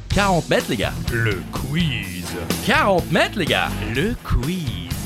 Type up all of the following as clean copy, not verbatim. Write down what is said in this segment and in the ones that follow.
40 mètres, les gars. Le quiz. 40 mètres, les gars. Le quiz.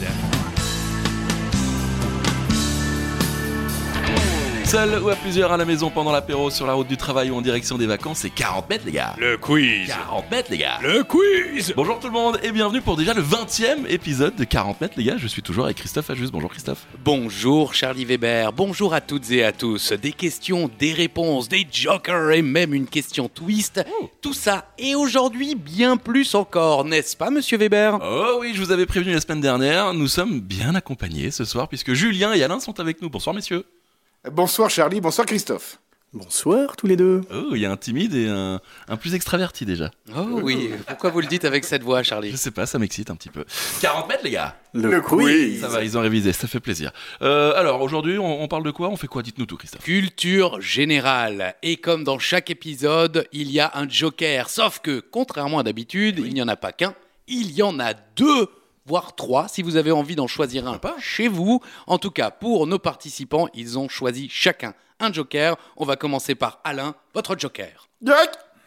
Seul ou à plusieurs à la maison pendant l'apéro, sur la route du travail ou en direction des vacances, c'est 40 mètres, les gars. Le quiz. 40 mètres, les gars. Le quiz. Bonjour tout le monde et bienvenue pour déjà le 20e épisode de 40 mètres, les gars. Je suis toujours avec Christophe Ajus. Bonjour Christophe. Bonjour Charlie Weber, bonjour à toutes et à tous. Des questions, des réponses, des jokers et même une question twist. Tout ça et aujourd'hui bien plus encore, n'est-ce pas monsieur Weber? Oh oui, je vous avais prévenu la semaine dernière, nous sommes bien accompagnés ce soir puisque Julien et Alain sont avec nous. Bonsoir messieurs. Bonsoir Charlie, bonsoir Christophe. Bonsoir tous les deux. Oh, il y a un timide et un plus extraverti déjà. Oh oui, pourquoi vous le dites avec cette voix Charlie? Je sais pas, ça m'excite un petit peu. 40 mètres les gars. Le quiz. Ça va, ils ont révisé, ça fait plaisir. Alors aujourd'hui, on parle de quoi? On fait quoi? Dites-nous tout Christophe. Culture générale. Et comme dans chaque épisode, il y a un joker. Sauf que, contrairement à d'habitude, il n'y en a pas qu'un, il y en a deux, voire trois, si vous avez envie d'en choisir un chez vous. En tout cas, pour nos participants, ils ont choisi chacun un joker. On va commencer par Alain, votre joker. Guirec.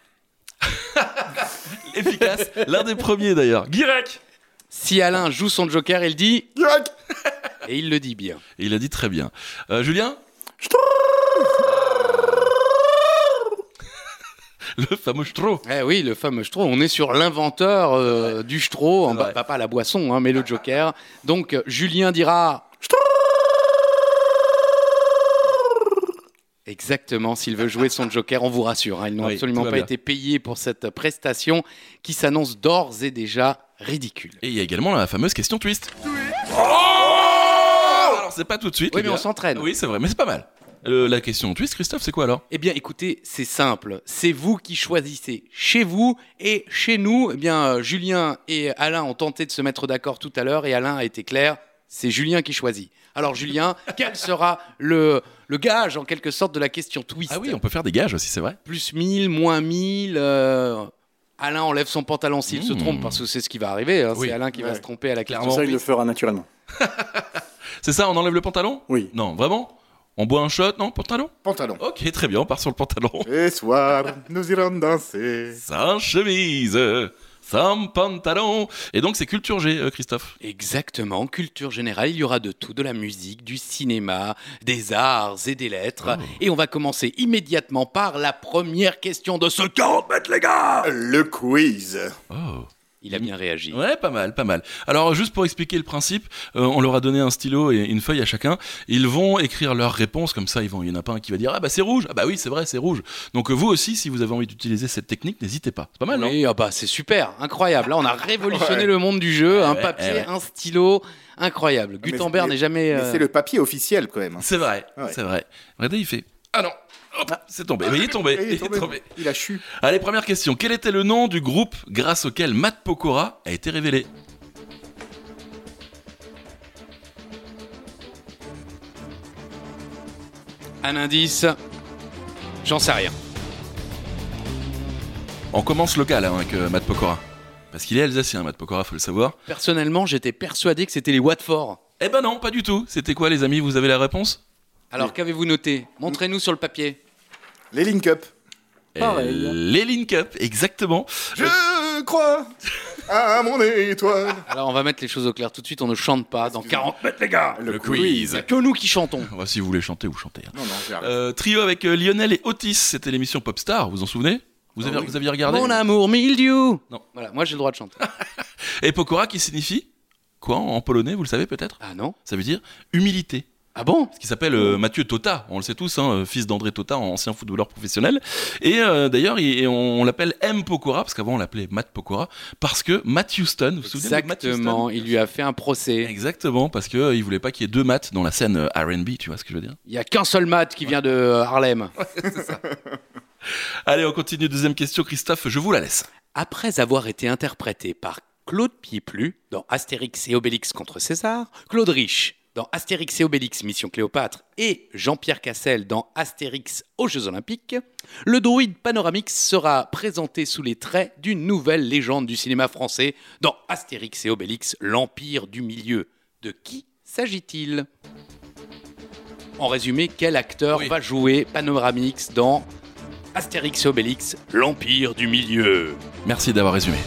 Efficace, l'un des premiers d'ailleurs. Guirec. Si Alain joue son joker, il dit... Guirec. Et il le dit bien. Et il a dit très bien. Julien. Le fameux Stro. Eh oui, le fameux Stro. On est sur l'inventeur du Stro, pas la boisson, hein, mais le joker. Donc, Julien dira... Exactement, s'il veut jouer son joker, on vous rassure. Hein, ils n'ont absolument pas été payés pour cette prestation qui s'annonce d'ores et déjà ridicule. Et il y a également la fameuse question twist. Alors, c'est pas tout de suite. Oui, les mais gars. on s'entraîne. Oui, c'est vrai, mais c'est pas mal. La question twist, Christophe, c'est quoi alors? Eh bien, écoutez, c'est simple. C'est vous qui choisissez chez vous et chez nous. Eh bien, Julien et Alain ont tenté de se mettre d'accord tout à l'heure et Alain a été clair. C'est Julien qui choisit. Alors, Julien, quel sera le gage, en quelque sorte, de la question twist? Ah oui, on peut faire des gages aussi, c'est vrai. Plus 1000, moins 1000. Alain enlève son pantalon s'il se trompe, parce que c'est ce qui va arriver. Hein. Oui. C'est Alain qui va se tromper à la question. Ça, il le fera naturellement. C'est ça, on enlève le pantalon? Oui. Non, vraiment? On boit un shot, non? Pantalon? Pantalon. Ok, très bien, on part sur le pantalon. Ce soir, nous irons danser. Sans chemise, sans pantalon. Et donc c'est culture G, Christophe. Exactement, culture générale, il y aura de tout, de la musique, du cinéma, des arts et des lettres. Et on va commencer immédiatement par la première question de ce 40 mètres, les gars. Le quiz. Oh. Il a bien réagi. Ouais, pas mal, pas mal. Alors, juste pour expliquer le principe, on leur a donné un stylo et une feuille à chacun. Ils vont écrire leurs réponses, comme ça, il y en a pas un qui va dire « Ah bah c'est rouge !» Ah bah oui, c'est vrai, c'est rouge. Donc vous aussi, si vous avez envie d'utiliser cette technique, n'hésitez pas. C'est pas mal, non? Oui, c'est super, incroyable. Là, on a révolutionné le monde du jeu. Un papier, un stylo, incroyable. Gutenberg n'est jamais... Mais c'est le papier officiel quand même. C'est vrai, Ouais. c'est vrai. Regardez, il fait « Ah non !» Hop, c'est tombé. Mais il est tombé. Il est tombé. Il a chu. Allez, première question. Quel était le nom du groupe grâce auquel Matt Pokora a été révélé? Un indice, j'en sais rien. On commence local hein, avec Matt Pokora. Parce qu'il est alsacien, Matt Pokora, faut le savoir. Personnellement, j'étais persuadé que c'était les Watford. Eh ben non, pas du tout. C'était quoi, les amis? Vous avez la réponse? Alors, qu'avez-vous noté? Montrez-nous sur le papier. Les Link Up. Pareil. Les Link Up, exactement. Je crois à mon étoile. Alors, on va mettre les choses au clair tout de suite. On ne chante pas dans 40 mètres, les gars. Le quiz. Il n'y a que nous qui chantons. Si vous voulez chanter, vous chantez. Hein. Non, j'arrête. Trio avec Lionel et Otis, c'était l'émission Popstar, vous vous en souvenez? Vous aviez regardé? Mon amour mildiou. Non. Voilà, moi j'ai le droit de chanter. Et Pokora qui signifie quoi en polonais, vous le savez peut-être? Ah non? Ça veut dire humilité. Ah bon? Ce qui s'appelle Mathieu Tota, on le sait tous, hein, fils d'André Tota, ancien footballeur professionnel. Et d'ailleurs, on l'appelle M. Pokora, parce qu'avant on l'appelait Matt Pokora, parce que Matt Houston, vous vous souvenez de Matt Houston? Exactement, il lui a fait un procès. Exactement, parce qu'il il voulait pas qu'il y ait deux Matt dans la scène R&B, tu vois ce que je veux dire? Il n'y a qu'un seul Matt qui vient de Harlem. Allez, on continue, deuxième question, Christophe, je vous la laisse. Après avoir été interprété par Claude Pieplu dans Astérix et Obélix contre César, Claude Rich dans Astérix et Obélix Mission Cléopâtre et Jean-Pierre Cassel dans Astérix aux Jeux Olympiques, le droïde Panoramix sera présenté sous les traits d'une nouvelle légende du cinéma français dans Astérix et Obélix l'Empire du Milieu. De qui s'agit-il? En résumé, quel acteur va jouer Panoramix dans Astérix et Obélix, l'Empire du Milieu. Merci d'avoir résumé.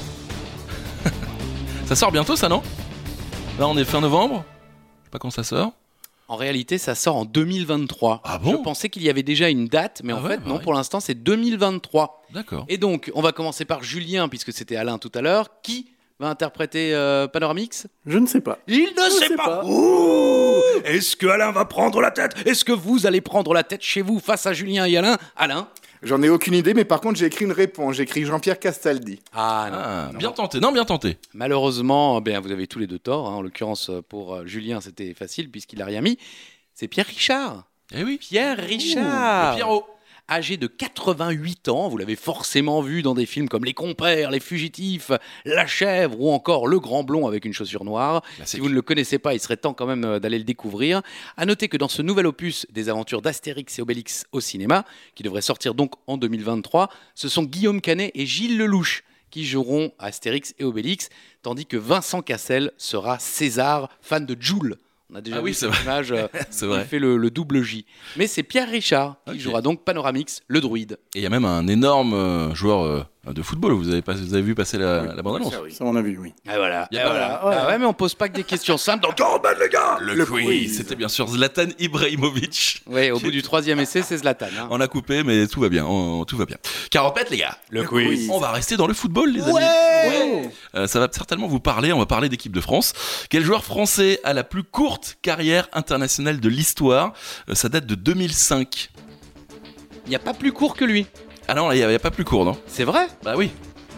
Ça sort bientôt, ça, non? Là, on est fin novembre. Je sais pas quand ça sort. En réalité, ça sort en 2023. Ah bon? Je pensais qu'il y avait déjà une date, mais Ah en ouais, fait, bah non, oui. pour l'instant, c'est 2023. D'accord. Et donc, on va commencer par Julien, puisque c'était Alain tout à l'heure. Qui va interpréter Panoramix? Je ne sais pas. Il ne Je sait sais pas. pas. Ouh, est-ce que Alain va prendre la tête? Est-ce que vous allez prendre la tête chez vous face à Julien et Alain? Alain? J'en ai aucune idée, mais par contre, j'ai écrit une réponse. J'ai écrit Jean-Pierre Castaldi. Ah non. Ah, Non. bien tenté. Non, bien tenté. Malheureusement, vous avez tous les deux tort. En l'occurrence, pour Julien, c'était facile puisqu'il a rien mis. C'est Pierre Richard. Eh oui. Pierre Richard. Pierrot. Âgé de 88 ans, vous l'avez forcément vu dans des films comme Les Compères, Les Fugitifs, La Chèvre ou encore Le Grand Blond avec une chaussure noire. Classique. Si vous ne le connaissez pas, il serait temps quand même d'aller le découvrir. À noter que dans ce nouvel opus des aventures d'Astérix et Obélix au cinéma, qui devrait sortir donc en 2023, ce sont Guillaume Canet et Gilles Lelouch qui joueront Astérix et Obélix, tandis que Vincent Cassel sera César, fan de Joule. On a déjà Ah oui, vu c'est cette vrai. image, C'est où il vrai. fait le double J. Mais c'est Pierre Richard qui Ok. jouera donc Panoramix, le druide. Et il y a même un énorme joueur de football. Vous avez vu passer la bande-annonce? Ça, oui. Ça, on a vu, oui. Et voilà. Y a Et pas- voilà. ouais. Ah ouais, mais on pose pas que des questions simples. Donc, les gars. Le quiz. quiz. C'était bien sûr Zlatan Ibrahimovic. ouais, au bout du 3e essai, c'est Zlatan. hein. On a coupé, mais tout va bien. Tout va bien. 40 mètres, les gars. Le quiz. On va rester dans le football, les amis. Ouais. Ça va certainement vous parler. On va parler d'équipe de France. Quel joueur français a la plus courte carrière internationale de l'histoire? Ça date de 2005. Il n'y a pas plus court que lui. Ah non, il n'y a pas plus court, non? C'est vrai? Bah oui.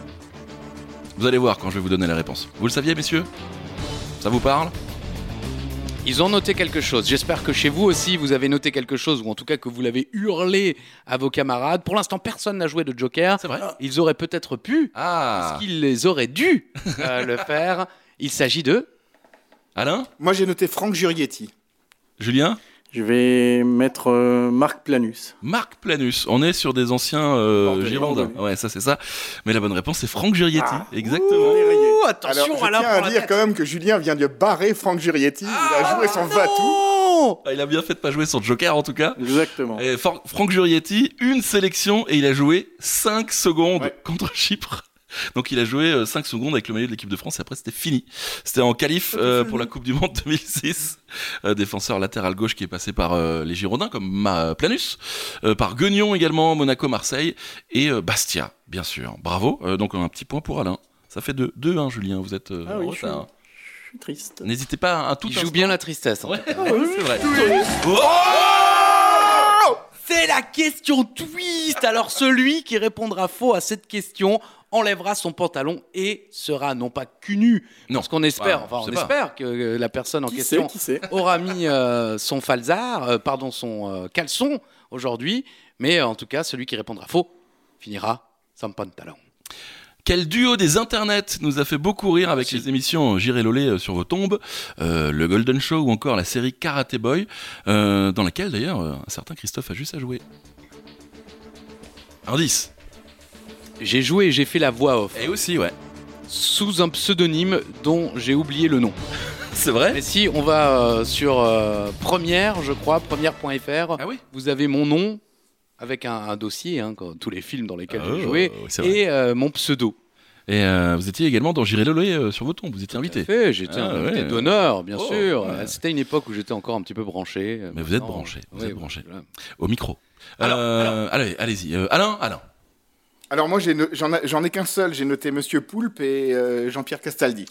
Vous allez voir quand je vais vous donner la réponse. Vous le saviez, messieurs? Ça vous parle? Ils ont noté quelque chose. J'espère que chez vous aussi, vous avez noté quelque chose, ou en tout cas que vous l'avez hurlé à vos camarades. Pour l'instant, personne n'a joué de Joker. C'est vrai. Ils auraient peut-être pu, Ah. parce qu'ils les auraient dû le faire. Il s'agit de... Alain? Moi, j'ai noté Franck Jurietti. Julien? Je vais mettre Marc Planus. Marc Planus. On est sur des anciens Bordelais, Girondins. Bordelais. Ouais, ça c'est ça. Mais la bonne réponse c'est Franck Jurietti. Ah. Exactement. Ouh, Alors, attention, je Alain, tiens prends à la dire tête. quand même que Julien vient de barrer Franck Jurietti. Il a joué son va-tout. Oh Ah, il a bien fait de pas jouer son Joker en tout cas. Exactement. Et Franck Jurietti, une sélection et il a joué 5 secondes Ouais. contre Chypre. Donc il a joué 5 secondes avec le maillot de l'équipe de France et après c'était fini. C'était en qualif pour la Coupe du Monde 2006. Défenseur latéral gauche qui est passé par les Girondins comme Planus, par Guignon également, Monaco, Marseille et Bastia, bien sûr. Bravo. Donc un petit point pour Alain. Ça fait 2-1 Julien, vous êtes Ah oui, en je suis- retard. Je suis triste. N'hésitez pas à tout Il joue bien la tristesse. hein. Ouais, c'est vrai. C'est la question twist. Alors celui qui répondra faux à cette question enlèvera son pantalon et sera non pas cul nu, Non. parce qu'on espère, Bah, enfin je on sais pas. espère que la personne en Qui question sait aura mis son falzar, son caleçon aujourd'hui, mais en tout cas celui qui répondra faux finira sans pantalon. Quel duo des internets nous a fait beaucoup rire avec les émissions J'irai Lolé sur vos tombes, le Golden Show ou encore la série Karate Boy, dans laquelle d'ailleurs un certain Christophe a juste à jouer. Indice. J'ai joué et j'ai fait la voix off Et aussi, ouais. sous un pseudonyme dont j'ai oublié le nom. C'est vrai. Mais si on va sur Première, je crois, première.fr, Ah oui. vous avez mon nom avec un dossier, hein, comme tous les films dans lesquels Oh, j'ai joué, c'est vrai. et mon pseudo. Et vous étiez également dans J'irai Lolé sur vos tombes, vous étiez invité. Tout à fait, j'étais Ah, un invité ouais. d'honneur, bien Oh, sûr. ouais. C'était une époque où j'étais encore un petit peu branché. Mais vous êtes Maintenant, branché, vous oui, êtes branché. voilà. Au micro. Alors. Allez-y. Alain. Alors moi, j'en ai qu'un seul. J'ai noté Monsieur Poulpe et Jean-Pierre Castaldi.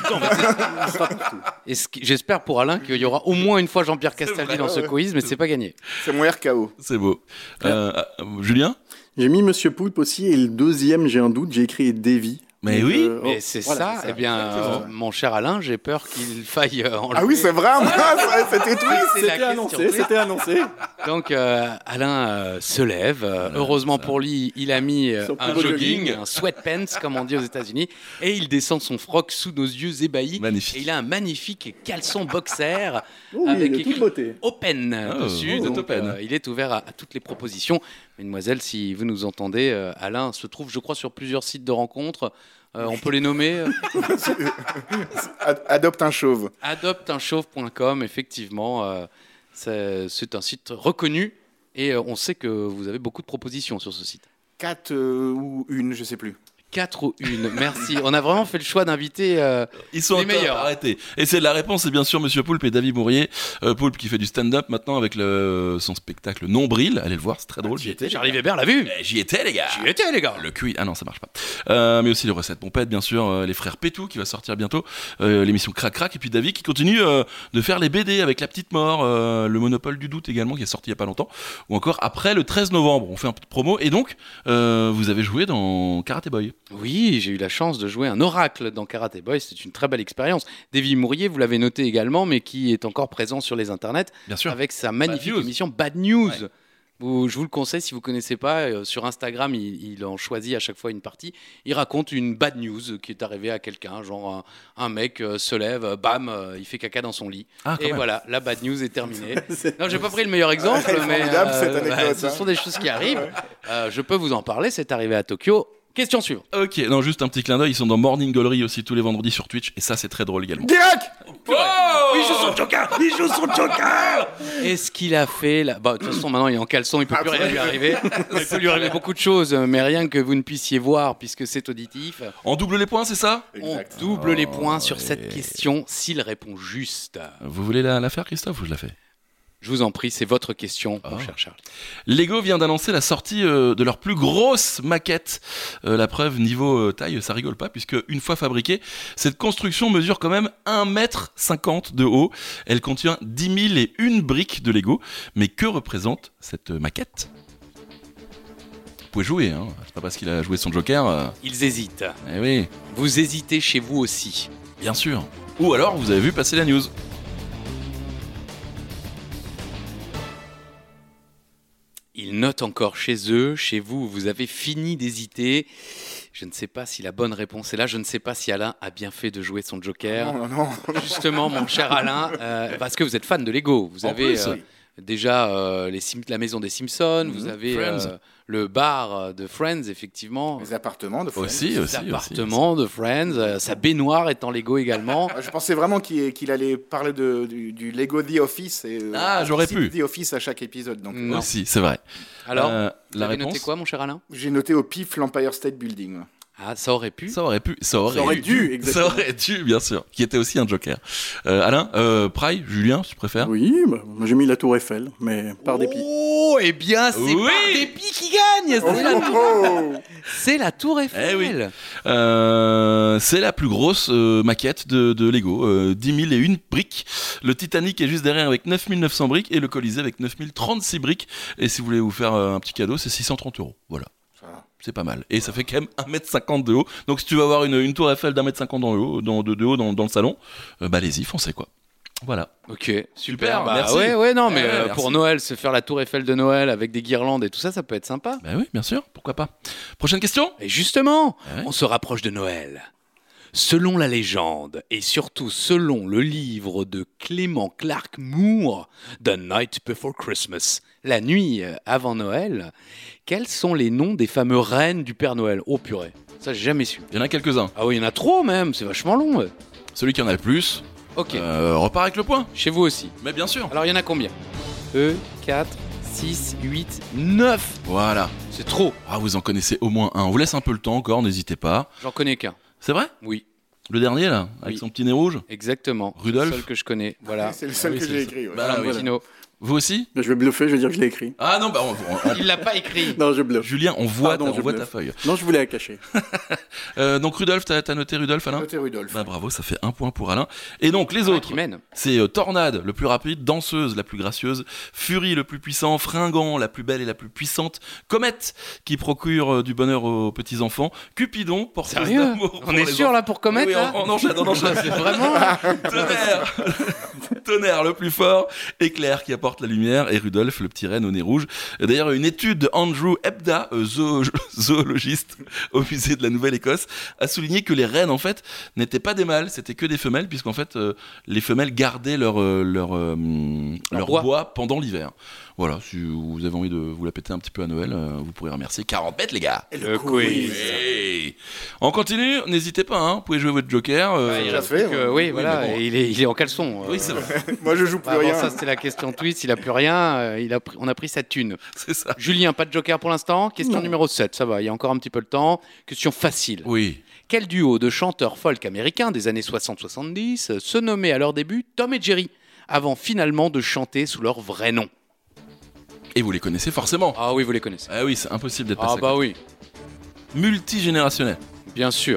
J'espère pour Alain qu'il y aura au moins une fois Jean-Pierre Castaldi vrai, dans ce ouais. quiz, mais c'est pas gagné. C'est mon RKO. C'est beau. Julien. J'ai mis Monsieur Poulpe aussi, et le deuxième, j'ai un doute, j'ai écrit Davy. Mais Donc, oui. Mais c'est voilà, ça, eh bien, mon cher Alain, j'ai peur qu'il faille enlever. Ah oui, c'est vrai. C'était tout. C'est la C'était annoncé, question. c'était annoncé. Donc Alain se lève. Heureusement pour lui, il a mis Son un plus beau jogging, jogging. un sweatpants comme on dit aux États-Unis, et il descend son froc sous nos yeux ébahis. Magnifique. Et il a un magnifique caleçon boxer Oh, avec oui, de écrit toute beauté. Open Oh, dessus. oh, Donc, open. il est ouvert à toutes les propositions. Mesdemoiselles, si vous nous entendez, Alain se trouve, je crois, sur plusieurs sites de rencontres. On peut les nommer. Adopte un chauve. Adopteinchauve.com, effectivement, c'est un site reconnu et on sait que vous avez beaucoup de propositions sur ce site. 4 ou une, je sais plus. 4 ou 1, merci. On a vraiment fait le choix d'inviter Ils sont les en top, meilleurs. arrêtez. Et c'est la réponse, c'est bien sûr Monsieur Poulpe et David Mourier. Poulpe qui fait du stand-up maintenant avec son spectacle Nombril. Allez le voir, c'est très drôle. J'y étais. Charlie Weber l'a vu. J'y étais, les gars. J'y étais, les gars. Le QI, ah non, ça marche pas. Mais aussi les recettes pompettes, bien sûr, les frères Pétou qui va sortir bientôt, l'émission Crac Crac, et puis David qui continue de faire les BD avec La Petite Mort, le Monopole du Doute également qui est sorti il y a pas longtemps, ou encore après le 13 novembre. On fait un peu de promo, et donc vous avez joué dans Karate Boy. Oui, j'ai eu la chance de jouer un oracle dans Karate Boy. C'est une très belle expérience. David Mourier, vous l'avez noté également, mais qui est encore présent sur les internets Bien sûr. avec sa magnifique News. émission Bad News. Ouais. Je vous le conseille si vous ne connaissez pas. Sur Instagram, il en choisit à chaque fois une partie. Il raconte une bad news qui est arrivée à quelqu'un. Genre un mec se lève, bam, il fait caca dans son lit. Ah, quand Et même. voilà, la bad news est terminée. Non, j'ai pas pris le meilleur exemple, Elle est mais formidable, cette anecdote, ce hein. sont des choses qui arrivent. Je peux vous en parler. C'est arrivé à Tokyo. Question suivante. Ok, non, juste un petit clin d'œil, ils sont dans Morning Gallery aussi tous les vendredis sur Twitch, et ça c'est très drôle également. Direct. Il joue son Joker. Il joue son Joker. Est-ce qu'il a fait la... Bah, de toute façon, maintenant, il est en caleçon, il peut plus rien lui arriver. Il peut lui arriver beaucoup de choses, mais rien que vous ne puissiez voir, puisque c'est auditif. On double les points, c'est ça? Exact. On double les points sur et- cette question s'il répond juste. Vous voulez la faire, Christophe, ou je la fais? Je vous en prie, c'est votre question, mon cher Charles. Lego vient d'annoncer la sortie de leur plus grosse maquette. La preuve, niveau taille, ça rigole pas, puisque une fois fabriquée, cette construction mesure quand même 1,50 m de haut. Elle contient 10 001 briques de Lego. Mais que représente cette maquette? Vous pouvez jouer, hein. C'est pas parce qu'il a joué son Joker. Ils hésitent. Eh oui, Vous hésitez chez vous aussi. bien sûr. Ou alors, vous avez vu passer la news. Ils notent encore chez eux, chez vous, vous avez fini d'hésiter. Je ne sais pas si la bonne réponse est là. Je ne sais pas si Alain a bien fait de jouer son Joker. Non, non, non. Justement, mon cher Alain, parce que vous êtes fan de Lego. Vous En avez plus, déjà la maison des Simpsons, vous avez Friends. le bar de Friends, effectivement. Les appartements de Friends. Aussi, Les aussi. appartements de Friends, sa baignoire est en Lego également. Je pensais vraiment qu'il allait parler du Lego The Office. Et, Ah, j'aurais pu. The Office à chaque épisode. Donc, Non. Aussi, c'est vrai. Alors, la vous avez réponse. noté quoi, mon cher Alain? j'ai noté au pif l'Empire State Building. Ah, ça aurait pu. Ça aurait pu, Ça aurait dû, exactement. Ça aurait dû, bien sûr. Qui était aussi un Joker. Alain, Pry, Julien, si tu préfères. Oui, bah, moi j'ai mis la Tour Eiffel, mais par dépit. Oh, eh bien, c'est Oui. par dépit qui gagne. C'est la Tour Eiffel. Eh oui. C'est la plus grosse maquette de Lego. 10 001 briques. Le Titanic est juste derrière avec 9 900 briques et le Colisée avec 9 036 briques. Et si vous voulez vous faire un petit cadeau, c'est 630 €. Voilà. C'est pas mal. Et ça fait quand même 1,50 m de haut. Donc si tu veux avoir une tour Eiffel d'1,50 m de haut dans le salon, bah allez-y, foncez quoi. Voilà. Ok, super. Super, Bah, merci. ouais, non, mais Ouais, merci. pour Noël, se faire la Tour Eiffel de Noël avec des guirlandes et tout ça, ça peut être sympa. Bah oui, bien sûr, pourquoi pas. Prochaine question. Et justement, Ouais. on se rapproche de Noël. Selon la légende, et surtout selon le livre de Clément Clark Moore, The Night Before Christmas, la nuit avant Noël, quels sont les noms des fameux reines du Père Noël? Oh purée, ça j'ai jamais su. Il y en a quelques-uns. Ah oui, il y en a trop même, c'est vachement long. Ouais. Celui qui en a le plus Ok, repart avec le point. chez vous aussi. Mais bien sûr. Alors il y en a combien 4, 6, 8, 9. Voilà. C'est trop, Ah, vous en connaissez au moins un. On vous laisse un peu le temps encore, n'hésitez pas. j'en connais qu'un. C'est vrai? Oui, Le dernier là, avec Oui. son petit nez rouge. exactement. Rudolph. C'est le seul que je connais. Voilà. C'est le seul Ah oui, que c'est j'ai le- écrit. Ouais. Bah, voilà. Valentino. Vous aussi? Je vais bluffer, je vais dire que je l'ai écrit. Ah non, bah Il l'a pas écrit. Non, je bluffe. Julien, on voit, Pardon, on je voit ta bluffe. feuille. Non, je voulais la cacher. Donc Rudolph, t'as noté Rudolph, Alain? Noté Rudolph. Bah bravo, ça fait un point pour Alain. Et donc les Ah, autres, qui mène. c'est Tornade, le plus rapide, Danseuse, la plus gracieuse, Fury, le plus puissant, Fringant, la plus belle et la plus puissante, Comète, qui procure du bonheur aux petits-enfants, Cupidon, porteuse Sérieux? d'amour pour On est les sûr enfants. là pour commettre Oui, là on enchaîne, on enchaîne. C'est vraiment Tonnerre Tonnerre, le plus fort, Éclair, qui apporte la lumière, et Rudolph, le petit renne au nez rouge. Et d'ailleurs, une étude de Andrew Hebda, zoologiste au musée de la Nouvelle-Écosse, a souligné que les rennes, en fait, n'étaient pas des mâles, c'était que des femelles, puisqu'en fait, les femelles gardaient leur bois. bois pendant l'hiver. Voilà, si vous avez envie de vous la péter un petit peu à Noël, vous pourrez remercier 40 mètres, les gars. le quiz. Oui. On continue, n'hésitez pas, hein, vous pouvez jouer votre Joker. Il déjà reste fait, plus que- ouais. oui, voilà, mais bon. et il est en caleçon. Oui, c'est vrai, Moi, je joue plus Avant rien. ça, c'était la question twist, il a plus rien, on a pris sa thune. c'est ça. Julien, pas de Joker pour l'instant. Question Non. numéro 7, ça va, il y a encore un petit peu le temps. Question facile. Oui. Quel duo de chanteurs folk américains des années 60-70 se nommait à leur début Tom et Jerry, avant finalement de chanter sous leur vrai nom? Et vous les connaissez forcément. Ah oui, vous les connaissez. Ah oui, c'est impossible d'être Ah passé à bah côté. oui, Multigénérationnel. bien sûr.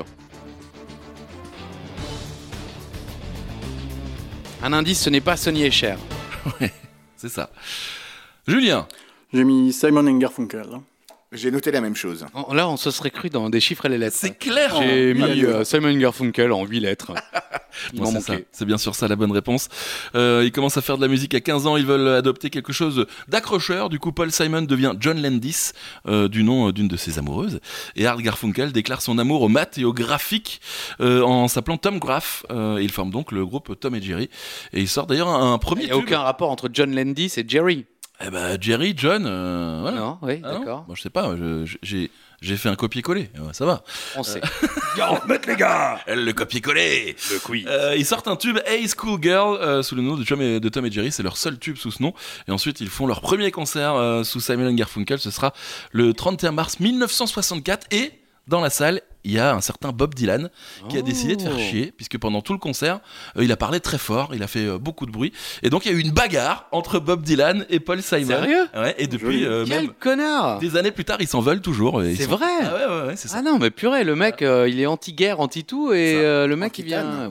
Un indice, ce n'est pas Sonny et Cher. C'est ça. Julien. J'ai mis Simon and Garfunkel. J'ai noté la même chose. Là, on se serait cru dans des chiffres et les lettres. C'est clair. J'ai Oh, mis Simon Garfunkel en 8 lettres. Il Bon, m'en c'est ça. manquait. C'est bien sûr ça la bonne réponse. Ils commencent à faire de la musique à 15 ans, ils veulent adopter quelque chose d'accrocheur. Du coup, Paul Simon devient John Landis, du nom d'une de ses amoureuses. Et Art Garfunkel déclare son amour aux maths et au graphique en s'appelant Tom Graff. Ils forment donc le groupe Tom et Jerry. Et ils sortent d'ailleurs un premier Il n'y a tube. aucun rapport entre John Landis et Jerry. Eh ben, Jerry, John, voilà. Non, oui, Ah non d'accord. Bon, je sais pas, j'ai fait un copier-coller, ça va. On sait. 40 mètres, les gars. Le copier-coller. Le quiz. Ils sortent un tube Hey School Girl sous le nom de Tom et Jerry, c'est leur seul tube sous ce nom. Et ensuite ils font leur premier concert sous Simon & Garfunkel, ce sera le 31 mars 1964 et dans la salle il y a un certain Bob Dylan qui a décidé de faire chier puisque pendant tout le concert il a parlé très fort, il a fait beaucoup de bruit et donc il y a eu une bagarre entre Bob Dylan et Paul Simon. Sérieux ? Ouais, et depuis Quel même connard! des années plus tard ils s'en veulent toujours. Ils C'est sont- vrai? Ah ouais, c'est ça. Ah non, mais purée, le mec, il est anti-guerre, anti-tout, et Ça. le mec, il vient... Anti-tan.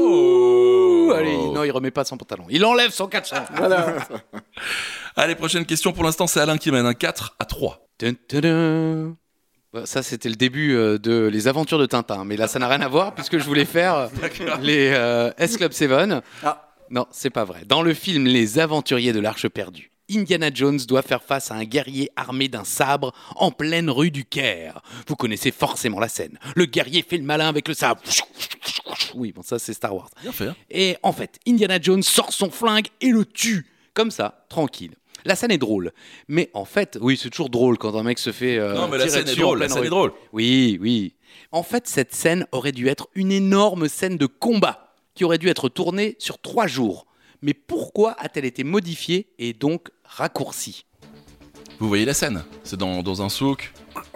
Ouh, Oh. allez, non, il remet pas son pantalon. Il enlève son 400. Voilà. Allez, prochaine question pour l'instant c'est Alain qui mène un 4-3. Dun, dun, dun. Bah, ça, c'était le début de Les Aventures de Tintin. Mais là, ça n'a rien à voir puisque je voulais faire les S Club 7. Ah. Non, c'est pas vrai. Dans le film Les Aventuriers de l'Arche perdue, Indiana Jones doit faire face à un guerrier armé d'un sabre en pleine rue du Caire. Vous connaissez forcément la scène. Le guerrier fait le malin avec le sabre. Oui, bon, ça, c'est Star Wars. Bien fait. Hein. Et en fait, Indiana Jones sort son flingue et le tue. Comme ça, tranquille. La scène est drôle. Mais en fait, oui, c'est toujours drôle quand un mec se fait Non mais la tirer scène est dessus en drôle, la pleine scène rue. est drôle. Oui, oui. En fait, cette scène aurait dû être une énorme scène de combat qui aurait dû être tournée sur 3 jours. Mais pourquoi a-t-elle été modifiée et donc raccourcie ? Vous voyez la scène, c'est dans un souk.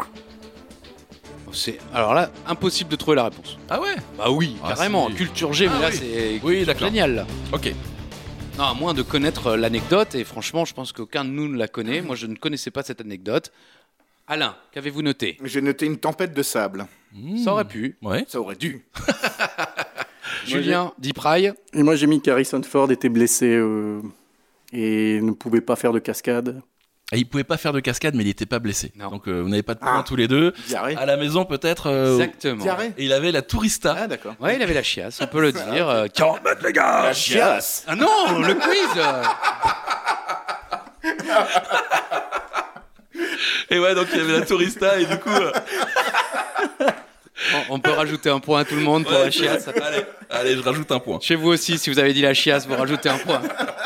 Alors là, impossible de trouver la réponse. Ah ouais. Bah oui, Ah, carrément. si. Culture G, mais Ah là, oui. c'est Oui, culture d'accord. génial. Là. Ok. Non, à moins de connaître l'anecdote, et franchement, je pense qu'aucun de nous ne la connaît. Moi, je ne connaissais pas cette anecdote. Alain, qu'avez-vous noté ? J'ai noté une tempête de sable. Ça aurait pu. Ouais. Ça aurait dû. Julien, Dipraille. Et moi, j'ai mis qu'Harrison Ford était blessé et ne pouvait pas faire de cascade. Et il pouvait pas faire de cascade, mais il était pas blessé. Non. Donc vous n'avez pas de points tous les deux. Diarrhée. À la maison peut-être. Exactement. Diarrhée. Et il avait la tourista. Ah, d'accord. Ouais, il avait la chiasse, on peut le dire. 40 mètres, les gars. La chiasse. Ah non, le quiz Et ouais, donc il avait la tourista et du coup. On peut rajouter un point à tout le monde pour ouais, la chiasse. allez, je rajoute un point. Chez vous aussi, si vous avez dit la chiasse, vous rajoutez un point.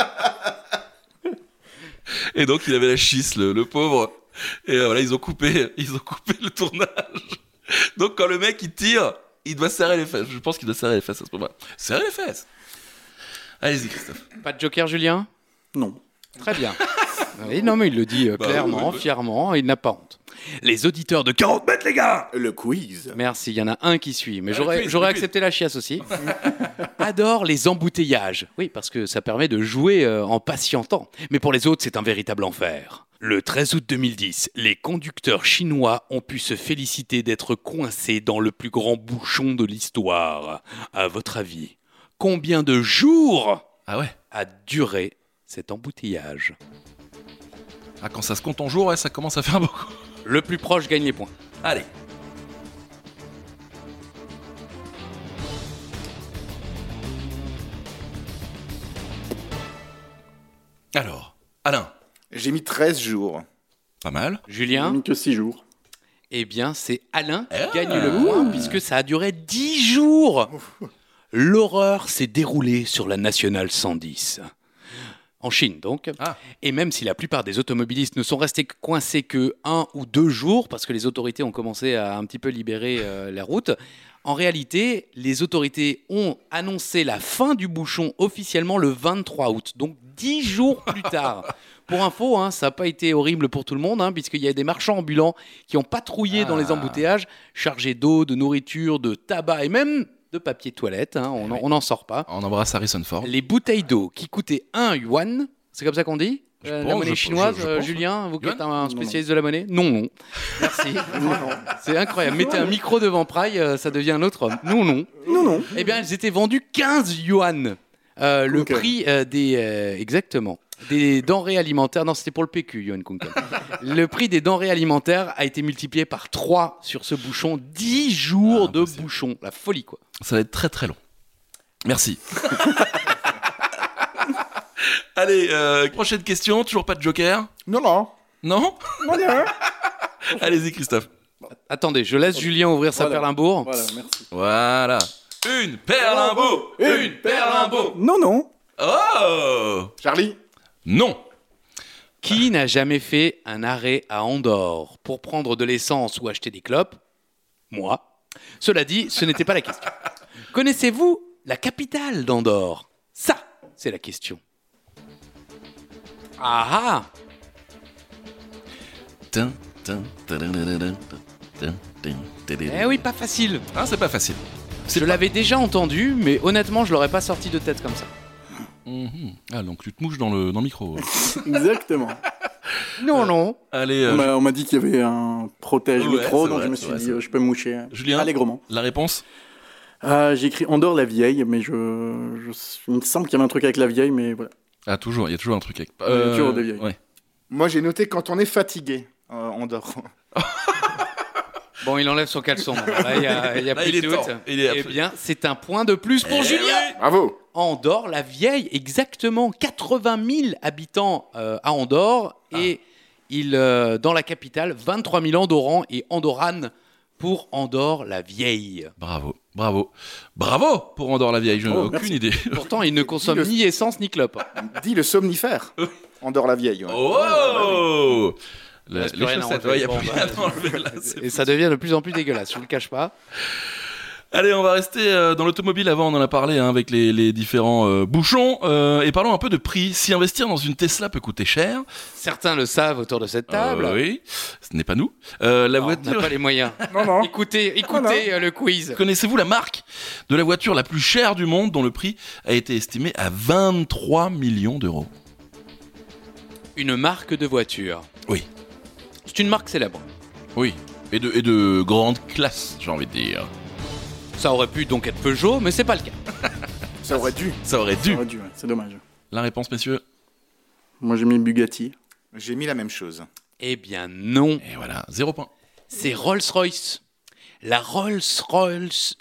Et donc il avait la chisse, le pauvre. Et voilà, ils ont coupé le tournage. Donc quand le mec il tire, il doit serrer les fesses. Je pense qu'il doit serrer les fesses à ce moment-là. Serrer les fesses. Allez-y Christophe. Pas de joker, Julien ? Non. Très bien. Oui, non, mais il le dit clairement, oui. fièrement, il n'a pas honte. Les auditeurs de 40 mètres, les gars. Le quiz. Merci, il y en a un qui suit, mais Ah, j'aurais le quiz, j'aurais le quiz. accepté la chiasse aussi. Adore les embouteillages. Oui, parce que ça permet de jouer en patientant. Mais pour les autres, c'est un véritable enfer. Le 13 août 2010, les conducteurs chinois ont pu se féliciter d'être coincés dans le plus grand bouchon de l'histoire. À votre avis, combien de jours Ah ouais. a duré cet embouteillage ? Ah, quand ça se compte en jours, ouais, ça commence à faire beaucoup. Le plus proche gagne les points. Allez. Alors, Alain, J'ai mis 13 jours. pas mal. J'ai Julien ? mis que 6 jours. Eh bien, c'est Alain qui Ah. gagne le point puisque ça a duré 10 jours. L'horreur s'est déroulée sur la Nationale 110. En Chine, donc. Ah. Et même si la plupart des automobilistes ne sont restés coincés que 1 ou 2 jours, parce que les autorités ont commencé à un petit peu libérer la route, en réalité, les autorités ont annoncé la fin du bouchon officiellement le 23 août, donc 10 jours plus tard. Pour info, ça n'a pas été horrible pour tout le monde, puisqu'il y a des marchands ambulants qui ont patrouillé dans les embouteillages, chargés d'eau, de nourriture, de tabac et même de papier toilette. On n'en sort pas. On embrasse Harrison Ford. Les bouteilles d'eau qui coûtaient 1 yuan, c'est comme ça qu'on dit la monnaie chinoise, je pense, Julien, vous qui êtes un Non, spécialiste de la monnaie? Non. Merci. C'est incroyable. Mettez un micro devant Praille, ça devient un autre homme. Non. Eh bien, elles étaient vendues 15 yuan. Le Ok. prix exactement. Des denrées alimentaires, non, c'était pour le PQ, Yuan Kunkel. Le prix des denrées alimentaires a été multiplié par 3 sur ce bouchon. 10 jours de impossible. bouchon. La folie, quoi. Ça va être très très long. Merci. Allez, prochaine question. Toujours pas de joker? Non. Non? Allez-y, Christophe. Attendez, je laisse Julien ouvrir sa Voilà. perlimbour. Voilà, merci. Voilà. Une perlimbo. Une perlimbo. Non. Oh! Charlie? Non. Qui n'a jamais fait un arrêt à Andorre pour prendre de l'essence ou acheter des clopes? Moi. Cela dit, ce n'était pas la question. Connaissez-vous la capitale d'Andorre? Ça, c'est la question. Ah Tin, tin, tadadadadin, tin, tin, tadadadin. Eh oui, pas facile. Ah, c'est pas facile. Je l'avais déjà entendu, mais honnêtement, je l'aurais pas sorti de tête comme ça. Mhm. Ah, donc tu te mouches dans le micro. Exactement. Non. Allez, On m'a dit qu'il y avait un protège-micro, c'est donc vrai, je me c'est suis vrai, dit, c'est vrai. je peux me moucher Julien, allègrement. la réponse? J'ai écrit Andorre la vieille, mais il me semble qu'il y avait un truc avec la vieille, mais voilà. Ah, toujours, il y a toujours un truc avec. Il y a toujours des vieilles. Ouais. Moi, j'ai noté quand on est fatigué, on dort. Bon, il enlève son caleçon. Là, il y a Là, plus il de est doute. temps. Il est Eh bien, c'est un point de plus pour Eh Julien. oui. Bravo. Andorre, la vieille, exactement 80 000 habitants à Andorre et dans la capitale, 23 000 Andorrans et Andorranes pour Andorre, la vieille. Bravo pour Andorre la vieille. Je n'ai Oh, aucune merci. idée. Pourtant, ils ne consomment ni essence ni clope. Dis le somnifère. On dort la vieille. Ouais. Oh! Il reste plus Les rien à chaussettes, enlever. ouais, il y a Bon, plus bah, rien à enlever, là, c'est Et ça devient de plus en plus dégueulasse, je ne le cache pas. Allez, on va rester dans l'automobile. Avant, on en a parlé avec les différents bouchons. Et parlons un peu de prix. Si investir dans une Tesla peut coûter cher, Certains le savent autour de cette table. oui, ce n'est pas nous. La Non, on voiture. n'a pas les moyens. Non. Écoutez le quiz. Connaissez-vous la marque de la voiture la plus chère du monde dont le prix a été estimé à 23 millions d'euros? Une marque de voiture. Oui. C'est une marque célèbre. Oui. Et de grande classe, j'ai envie de dire. Ça aurait pu donc être Peugeot, mais c'est pas le cas. Ça aurait dû. Ça aurait dû. Ça aurait dû, ouais, c'est dommage. La réponse, messieurs? Moi, j'ai mis Bugatti. J'ai mis la même chose. Eh bien non. Et voilà, 0 point. C'est Rolls-Royce. La Rolls-Royce.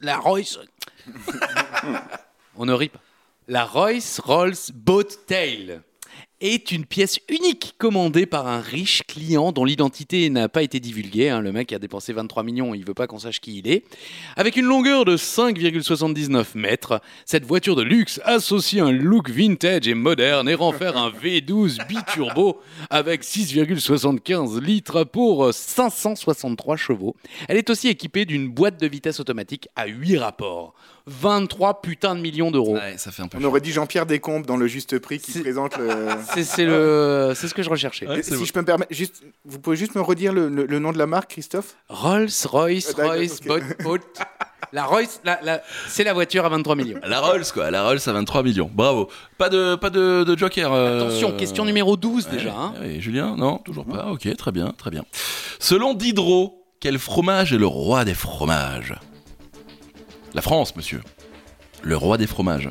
On ne rit pas. La Rolls-Royce Boat Tail est une pièce unique commandée par un riche client dont l'identité n'a pas été divulguée. Le mec a dépensé 23 millions, il veut pas qu'on sache qui il est. Avec une longueur de 5,79 mètres, cette voiture de luxe associe un look vintage et moderne et rend faire un V12 biturbo avec 6,75 litres pour 563 chevaux. Elle est aussi équipée d'une boîte de vitesse automatique à 8 rapports. 23 putains de millions d'euros. Ouais, ça fait un peu On cher. aurait dit Jean-Pierre Descombes dans le juste prix qui C'est- présente le. C'est ce que je recherchais. Ouais, c'est si bon. je peux me permettre, vous pouvez juste me redire le nom de la marque, Christophe? Rolls-Royce, D'accord, Royce, ok. Boat. La Royce, c'est la voiture à 23 millions. La Rolls, quoi. La Rolls à 23 millions. Bravo. Pas de joker. Attention, question numéro 12 Ouais, déjà. Hein. ouais, Julien, non, toujours pas. Ok, très bien, très bien. Selon Diderot, quel fromage est le roi des fromages? La France, monsieur. Le roi des fromages.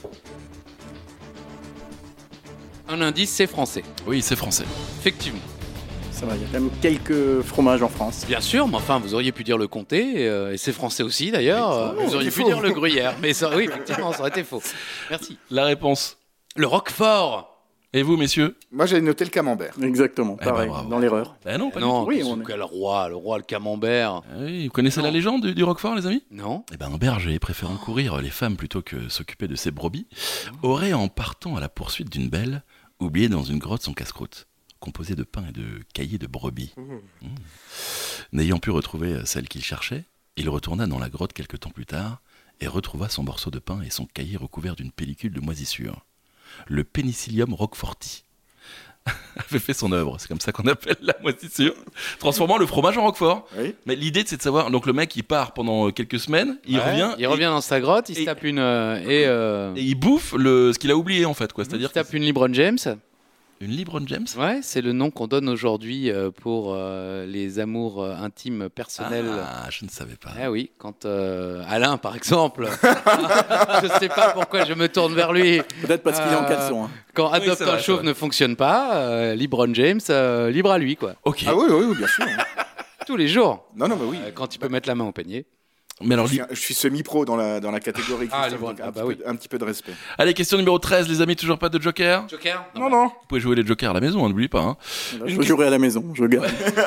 Un indice, c'est français. Oui, c'est français. Effectivement. Ça va, il y a quand même quelques fromages en France. Bien sûr, mais enfin, vous auriez pu dire le comté, et c'est français aussi d'ailleurs. Oui, Vous auriez c'est pu faux. dire le gruyère, mais ça, oui, effectivement, ça aurait été faux. Merci. La réponse. Le Roquefort. Et vous, messieurs? Moi, j'avais noté le camembert. Exactement, Eh ben, pareil, bravo. dans l'erreur. Ben non, pas du Non, tout. Oui, qu'est-ce on est- que le roi, le camembert. Ah oui, vous connaissez Non. la légende du Roquefort, les amis? Non. Eh ben, un berger, préférant courir les femmes plutôt que s'occuper de ses brebis, aurait, en partant à la poursuite d'une belle, oublié dans une grotte son casse-croûte, composé de pain et de caillés de brebis. N'ayant pu retrouver celle qu'il cherchait, il retourna dans la grotte quelque temps plus tard et retrouva son morceau de pain et son cahier recouvert d'une pellicule de moisissure. Le Penicillium roqueforti avait fait son œuvre, c'est comme ça qu'on appelle la moisissure, transformant le fromage en roquefort. Oui. Mais l'idée c'est de savoir, donc le mec il part pendant quelques semaines, il revient dans sa grotte, il se et- tape une et il bouffe ce qu'il a oublié en fait, quoi. il C'est-à-dire se tape une LeBron James. une LeBron James. Ouais, c'est le nom qu'on donne aujourd'hui pour les amours intimes personnels. Ah, je ne savais pas. Ah oui, quand Alain, par exemple, je sais pas pourquoi je me tourne vers lui. Peut-être parce qu'il est en caleçon. Hein. Quand Adopte c'est vrai, un c'est chauve vrai. ne fonctionne pas, LeBron James, libre à lui, quoi. Ok. Ah oui, bien sûr. Tous les jours, Non, mais oui. quand il peut mettre la main au panier. Mais alors, Je suis semi-pro dans la catégorie. Ah, Christophe, LeBron. donc Ah, bah oui. un petit peu de respect. allez, question numéro 13, les amis, toujours pas de Joker. Joker Non. Vous pouvez jouer les Jokers à la maison, hein, n'oubliez pas. Hein. Là, je jouerai à la maison, je garde.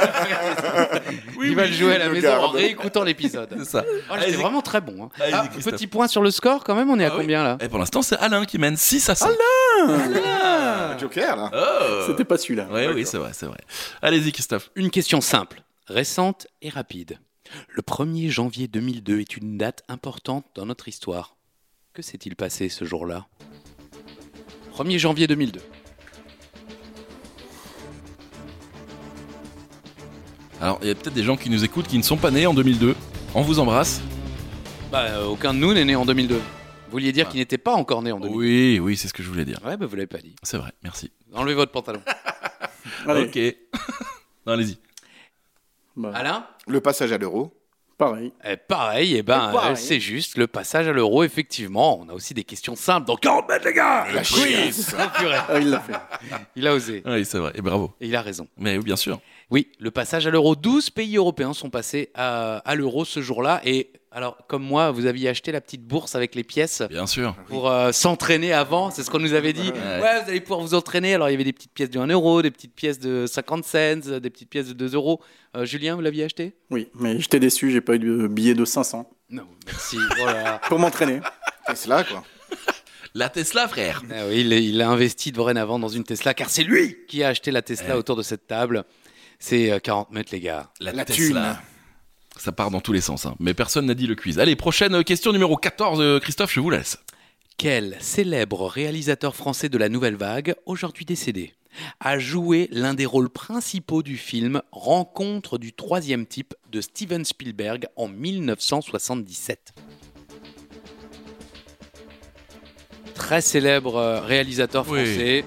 Il va le jouer à la je maison en garde. réécoutant l'épisode. C'est ça. Oh, C'était vraiment très bon. Hein. Allez-y, Ah, Christophe. petit point sur le score quand même, on est à Ah oui. combien là Et pour l'instant, c'est Alain qui mène 6-5. Un Joker, là. Oh. C'était pas celui-là. Ouais, oui, c'est vrai, c'est vrai. Allez-y, Christophe. Une question simple, récente et rapide. Le 1er janvier 2002 est une date importante dans notre histoire. Que s'est-il passé ce jour-là ? 1er janvier 2002. Alors, il y a peut-être des gens qui nous écoutent qui ne sont pas nés en 2002. On vous embrasse. Aucun de nous n'est né en 2002. Vous vouliez dire qu'il n'était pas encore né en 2002 ? Oui, oui, c'est ce que je voulais dire. Ouais, vous l'avez pas dit. C'est vrai, merci. Enlevez votre pantalon. Allez, Ok. Non, allez-y. bah, Alain ? Le passage à l'euro. pareil. Pareil, pareil. c'est juste, le passage à l'euro, effectivement. On a aussi des questions simples, donc 40 mètres, les gars. La chiasse. oh, purée. Ah, il l'a fait. Il a osé. Oui, c'est vrai, et bravo. Et il a raison. Mais oui, bien sûr. Oui, le passage à l'euro. 12 pays européens sont passés à l'euro ce jour-là. Et alors, comme moi, vous aviez acheté la petite bourse avec les pièces Bien sûr. pour s'entraîner avant. C'est ce qu'on nous avait dit. Ouais. Ouais, vous allez pouvoir vous entraîner. Alors, il y avait des petites pièces de 1 euro, des petites pièces de 50 cents, des petites pièces de 2 euros. Julien, vous l'aviez acheté ? Oui, mais j'étais déçu, j'ai pas eu de billet de 500 Non, merci. Voilà. pour m'entraîner. Tesla, quoi. La Tesla, frère. Ah oui, il a investi dorénavant dans une Tesla, car c'est lui qui a acheté la Tesla autour de cette table. C'est 40 mètres, les gars. La Tesla. Ça part dans tous les sens, hein. Mais personne n'a dit le quiz. Allez, prochaine question numéro 14, Christophe, je vous laisse. Quel célèbre réalisateur français de la Nouvelle Vague, aujourd'hui décédé, a joué l'un des rôles principaux du film Rencontre du troisième type de Steven Spielberg en 1977 ? Très célèbre réalisateur Oui. français.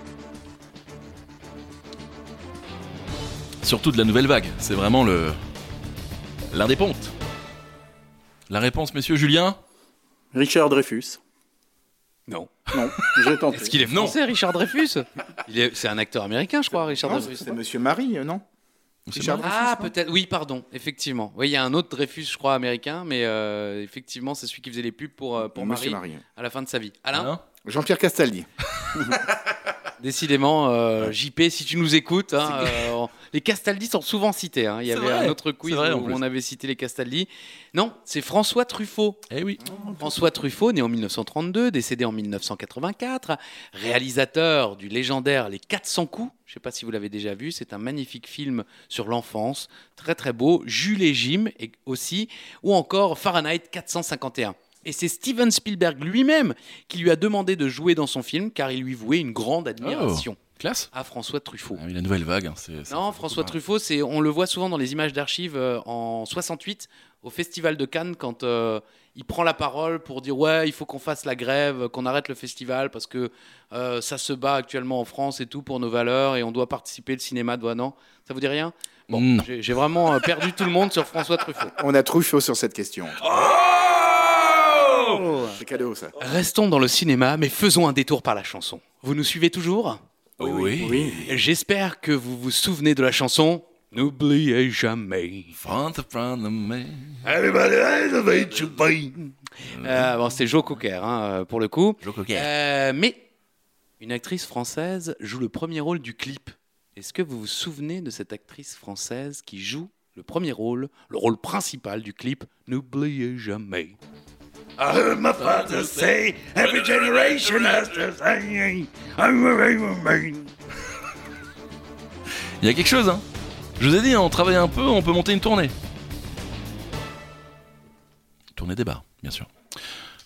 Surtout de la nouvelle vague. C'est vraiment l'un des pontes. La réponse, monsieur Julien ? Richard Dreyfus. Non. Non, j'ai tenté. Est-ce qu'il est français, Richard Dreyfus ? C'est un acteur américain, je crois, Richard Non, Dreyfus. c'est Monsieur Marie, non Richard Dreyfus, Ah, non peut-être, oui, pardon, effectivement. Oui, il y a un autre Dreyfus, je crois, américain, mais effectivement, c'est celui qui faisait les pubs pour Monsieur Marie Marie. à la fin de sa vie. Alain, Hein Jean-Pierre Castaldi. décidément, JP, si tu nous écoutes, hein, les Castaldi sont souvent cités. Hein. Il y C'est avait vrai, un autre quiz c'est vrai, en où plus. on avait cité les Castaldi. Non, c'est François Truffaut. Eh oui. François Truffaut, né en 1932, décédé en 1984, réalisateur du légendaire Les 400 coups. Je ne sais pas si vous l'avez déjà vu, c'est un magnifique film sur l'enfance, très très beau. Jules et Jim aussi, ou encore Fahrenheit 451. Et c'est Steven Spielberg lui-même qui lui a demandé de jouer dans son film, car il lui vouait une grande admiration Classe. à François Truffaut. Ah oui, la nouvelle vague. Hein, Non, François Truffaut, on le voit souvent dans les images d'archives en 68 au Festival de Cannes quand il prend la parole pour dire ouais, il faut qu'on fasse la grève, qu'on arrête le festival parce que ça se bat actuellement en France et tout pour nos valeurs et on doit participer, le cinéma doit non. Ça vous dit rien ? Bon, Non. j'ai vraiment perdu tout le monde sur François Truffaut. On a Truffaut sur cette question. C'est cadeau, ça. Restons dans le cinéma, mais faisons un détour par la chanson. Vous nous suivez toujours ? Oui. Oui. J'espère que vous vous souvenez de la chanson N'oubliez jamais. Front of me. Everybody elevate your brain. Bon, c'est Joe Cocker, hein, pour le coup. Joe Cocker. Mais une actrice française joue le premier rôle du clip. Est-ce que vous vous souvenez de cette actrice française qui joue le premier rôle, le rôle principal du clip N'oubliez jamais ? I heard my father say, every generation has to say. Il y a quelque chose, hein. Je vous ai dit, on travaille un peu, on peut monter une tournée. Tournée des bars, bien sûr. Julien ?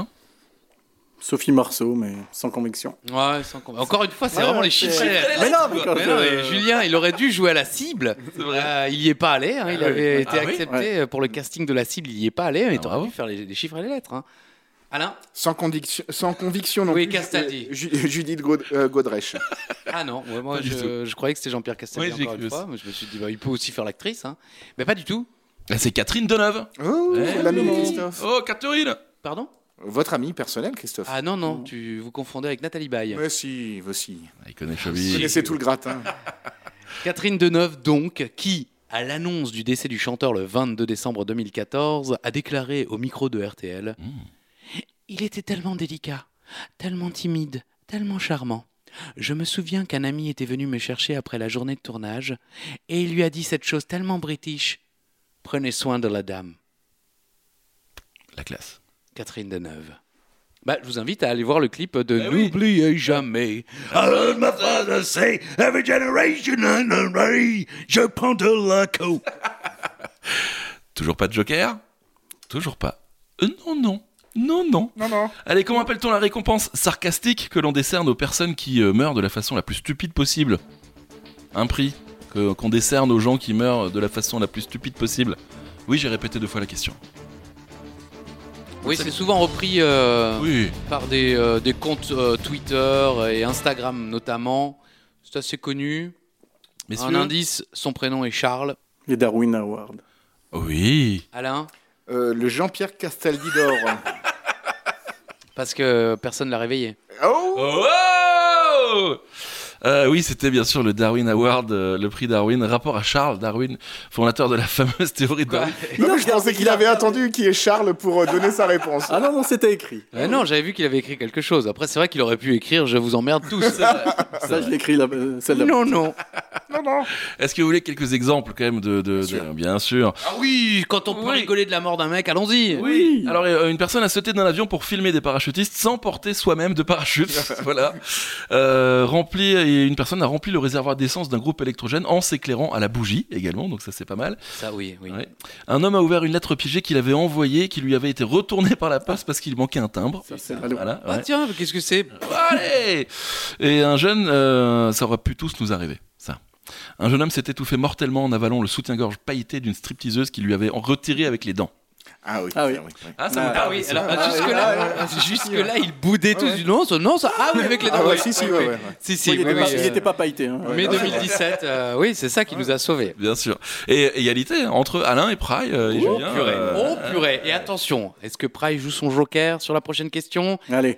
Sophie Marceau, mais sans conviction. Ouais, encore une fois, c'est vraiment les chiffres. Mais non, Mais Julien, il aurait dû jouer à la cible. Il y est pas allé. Hein. Il avait été accepté pour le casting de la cible. Il y est pas allé. Mais t'aurais pu faire les chiffres et les lettres. Hein. Alain ? Sans conviction non Oui, plus. Castaldi. Judith Godrèche. Ah non, ouais, moi je croyais que c'était Jean-Pierre Castaldi Oui, j'ai encore une cru fois. Mais je me suis dit, il peut aussi faire l'actrice. Hein. Mais pas du tout. Ah, c'est Catherine Deneuve. Oh, l'ami de Christophe. Oh, Catherine. Pardon ? Votre ami personnel, Christophe. Ah non, vous confondez avec Nathalie Baye. Mais si, vous aussi. Il connaît Vous Chovy. connaissez tout le gratin. Catherine Deneuve, donc, qui, à l'annonce du décès du chanteur le 22 décembre 2014, a déclaré au micro de RTL « Il était tellement délicat, tellement timide, tellement charmant. Je me souviens qu'un ami était venu me chercher après la journée de tournage et il lui a dit cette chose tellement british. Prenez soin de la dame. » La classe. Catherine Deneuve. Je vous invite à aller voir le clip de N'oubliez jamais. I heard my father say, every generation has to say. Je prends de la coke. Toujours pas de Joker ? Toujours pas. Non. Allez, comment appelle-t-on la récompense sarcastique que l'on décerne aux personnes qui meurent de la façon la plus stupide possible ? Un prix qu'on décerne aux gens qui meurent de la façon la plus stupide possible. Oui, j'ai répété 2 fois la question. Oui, c'est souvent repris par des comptes Twitter et Instagram notamment. C'est assez connu. Messieurs. Un indice, son prénom est Charles. Les Darwin Awards. Oui. Alain ? Le Jean-Pierre Castaldi d'or. Parce que personne l'a réveillé. Oh, Oui, c'était bien sûr le Darwin Award, le prix Darwin, rapport à Charles Darwin, fondateur de la fameuse théorie de Darwin. non, je pensais qu'il avait attendu qui est Charles pour donner sa réponse. Ah non, c'était écrit. Non, j'avais vu qu'il avait écrit quelque chose. Après, c'est vrai qu'il aurait pu écrire « Je vous emmerde tous ». Ça, je l'ai écrit celle-là. Non. Est-ce que vous voulez quelques exemples quand même bien sûr. Ah oui, quand on peut rigoler de la mort d'un mec, allons-y. Oui. Alors une personne a sauté d'un avion pour filmer des parachutistes sans porter soi-même de parachute. Voilà. Une personne a rempli le réservoir d'essence d'un groupe électrogène en s'éclairant à la bougie également, donc ça c'est pas mal. Ça oui. Ouais. Un homme a ouvert une lettre piégée qu'il avait envoyée, qui lui avait été retournée par la poste parce qu'il manquait un timbre. Ça, c'est Voilà, Ah tiens, qu'est-ce que c'est ? Allez. Et un jeune, ça aurait pu tous nous arriver, ça. Un jeune homme s'est étouffé mortellement en avalant le soutien-gorge pailleté d'une stripteaseuse qui lui avait retiré avec les dents. Ah oui. Ah oui. Ah, ça me Ah oui, alors jusque-là, il boudait tous. Non, ça. Ah oui, avec les dents. Ah ouais, oui, si, oui, ouais, oui. ouais. Si, Il n'était pas pailleté. Hein. Mai 2017, oui, c'est ça qui nous a sauvés. Bien sûr. Et égalité entre Alain et Pry et Julien. Purée. Et attention, est-ce que Pry joue son joker sur la prochaine question ? Allez.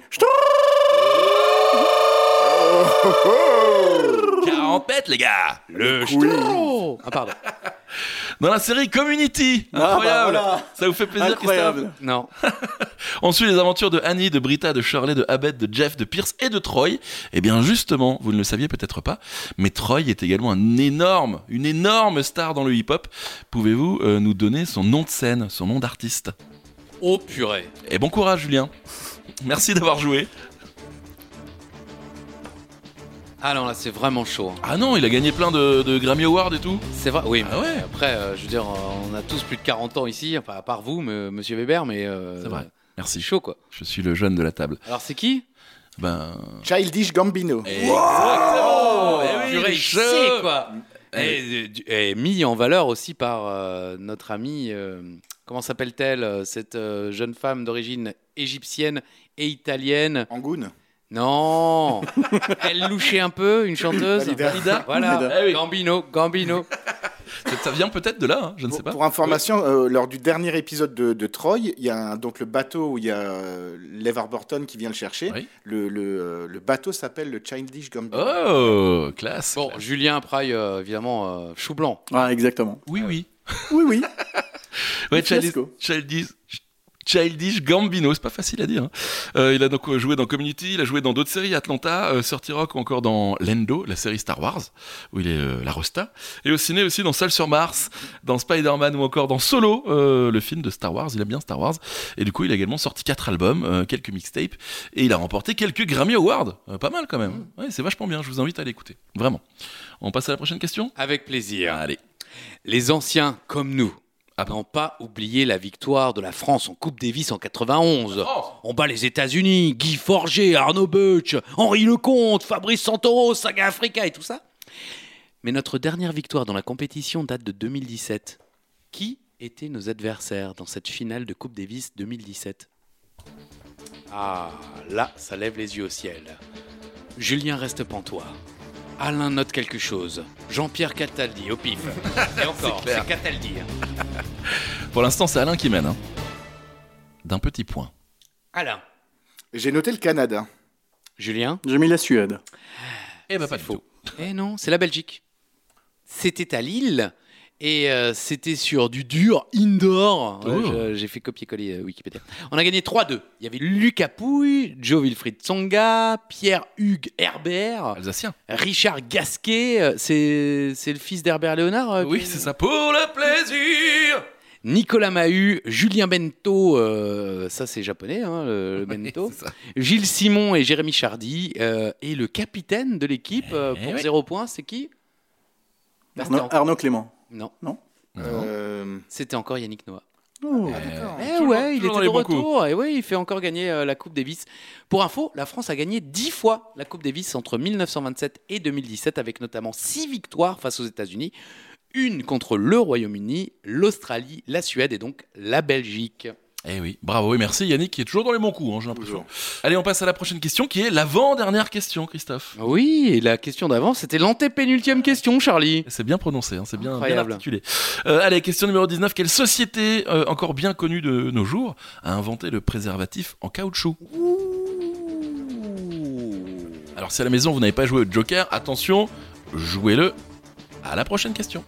Campette, les gars. Oh ah pardon. Dans la série Community. Incroyable. Voilà. Ça vous fait plaisir, Incroyable. Christophe ? Non. On suit les aventures de Annie, de Britta, de Shirley, de Abed, de Jeff, de Pierce et de Troy. Et bien justement, vous ne le saviez peut-être pas, mais Troy est également une énorme star dans le hip-hop. Pouvez-vous nous donner son nom de scène, son nom d'artiste ? Oh purée. Et bon courage, Julien. Merci d'avoir joué. Ah non, là c'est vraiment chaud. Hein. Ah non, il a gagné plein de Grammy Awards et tout. C'est vrai, oui. Ah Mais ouais. après, je veux dire, on a tous plus de 40 ans ici, enfin à part vous, monsieur Weber, mais C'est vrai. c'est Merci. chaud quoi. Je suis le jeune de la table. Alors c'est qui ? Childish Gambino. Exactement. Eh oui, Purée, il est il chaud. sait, quoi. Et mis en valeur aussi par notre amie, comment s'appelle-t-elle, cette jeune femme d'origine égyptienne et italienne. Angoun. Non. Elle louchait un peu, une chanteuse. Dalida. Voilà. Ah oui. Gambino. Ça vient peut-être de là, hein, je ne sais pas. Pour information, lors du dernier épisode de Troy, il y a donc le bateau où il y a Lev Arburton qui vient le chercher. Oui. Le bateau s'appelle le Childish Gambino. Oh, classe. Bon, Julien Pry, évidemment, chou blanc. Ah, exactement. Oui. Oui. Ouais, Fiasco. Childish Childish Gambino, c'est pas facile à dire. Hein. Il a donc joué dans Community, il a joué dans d'autres séries, Atlanta, 30 Rock ou encore dans Lando, la série Star Wars, où il est la Rosta. Et au ciné aussi dans Seul sur Mars, dans Spider-Man ou encore dans Solo, le film de Star Wars. Il aime bien Star Wars. Et du coup, il a également sorti 4 albums, quelques mixtapes, et il a remporté quelques Grammy Awards. Pas mal quand même. Ouais, c'est vachement bien, je vous invite à l'écouter. Vraiment. On passe à la prochaine question ? Avec plaisir. Allez. Les anciens, comme nous, n'ont pas oublié la victoire de la France en Coupe Davis en 91. On bat les États-Unis, Guy Forget, Arnaud Butch, Henri Lecomte, Fabrice Santoro, Saga Africa et tout ça. Mais notre dernière victoire dans la compétition date de 2017. Qui étaient nos adversaires dans cette finale de Coupe Davis 2017 ? Ah, là, ça lève les yeux au ciel. Julien Reste-Pantois. Alain note quelque chose. Jean-Pierre Cataldi, au pif. Et encore, c'est Cataldi. Pour l'instant, c'est Alain qui mène. Hein. D'un petit point. Alain. J'ai noté le Canada. Julien. J'ai mis la Suède. Eh ben, pas C'est du faux. tout. Eh non, c'est la Belgique. C'était à Lille. Et c'était sur du dur indoor. Ouais, Oh. j'ai fait copier-coller Wikipédia. On a gagné 3-2. Il y avait Lucas Pouille, Joe Wilfried Tsonga, Pierre-Hugues Herbert, Alsacien. Richard Gasquet. C'est le fils d'Herbert Léonard Oui, c'est ça. Pour le plaisir. Nicolas Mahut, Julien Bento, ça c'est japonais, hein, le Bento. C'est ça. Gilles Simon et Jérémy Chardy. Et le capitaine de l'équipe pour oui. 0 points, c'est qui Arnaud Clément. Non, Non. c'était encore Yannick Noah. Oh. D'accord. Eh Toujours- ouais, il toujours dans était de les bons coups. retour. Et ouais, il fait encore gagner la Coupe Davis. Pour info, la France a gagné 10 fois la Coupe Davis entre 1927 et 2017, avec notamment 6 victoires face aux États-Unis, une contre le Royaume-Uni, l'Australie, la Suède et donc la Belgique. Eh oui, bravo et merci Yannick qui est toujours dans les bons coups, hein, j'ai l'impression. Allez, on passe à la prochaine question qui est l'avant-dernière question, Christophe. Oui, et la question d'avant, c'était l'antépénultième question, Charlie. C'est bien prononcé, hein, c'est bien Incroyable. articulé. Allez, question numéro 19. Quelle société, encore bien connue de nos jours, a inventé le préservatif en caoutchouc ? Alors si à la maison vous n'avez pas joué au Joker, attention, jouez-le à la prochaine question.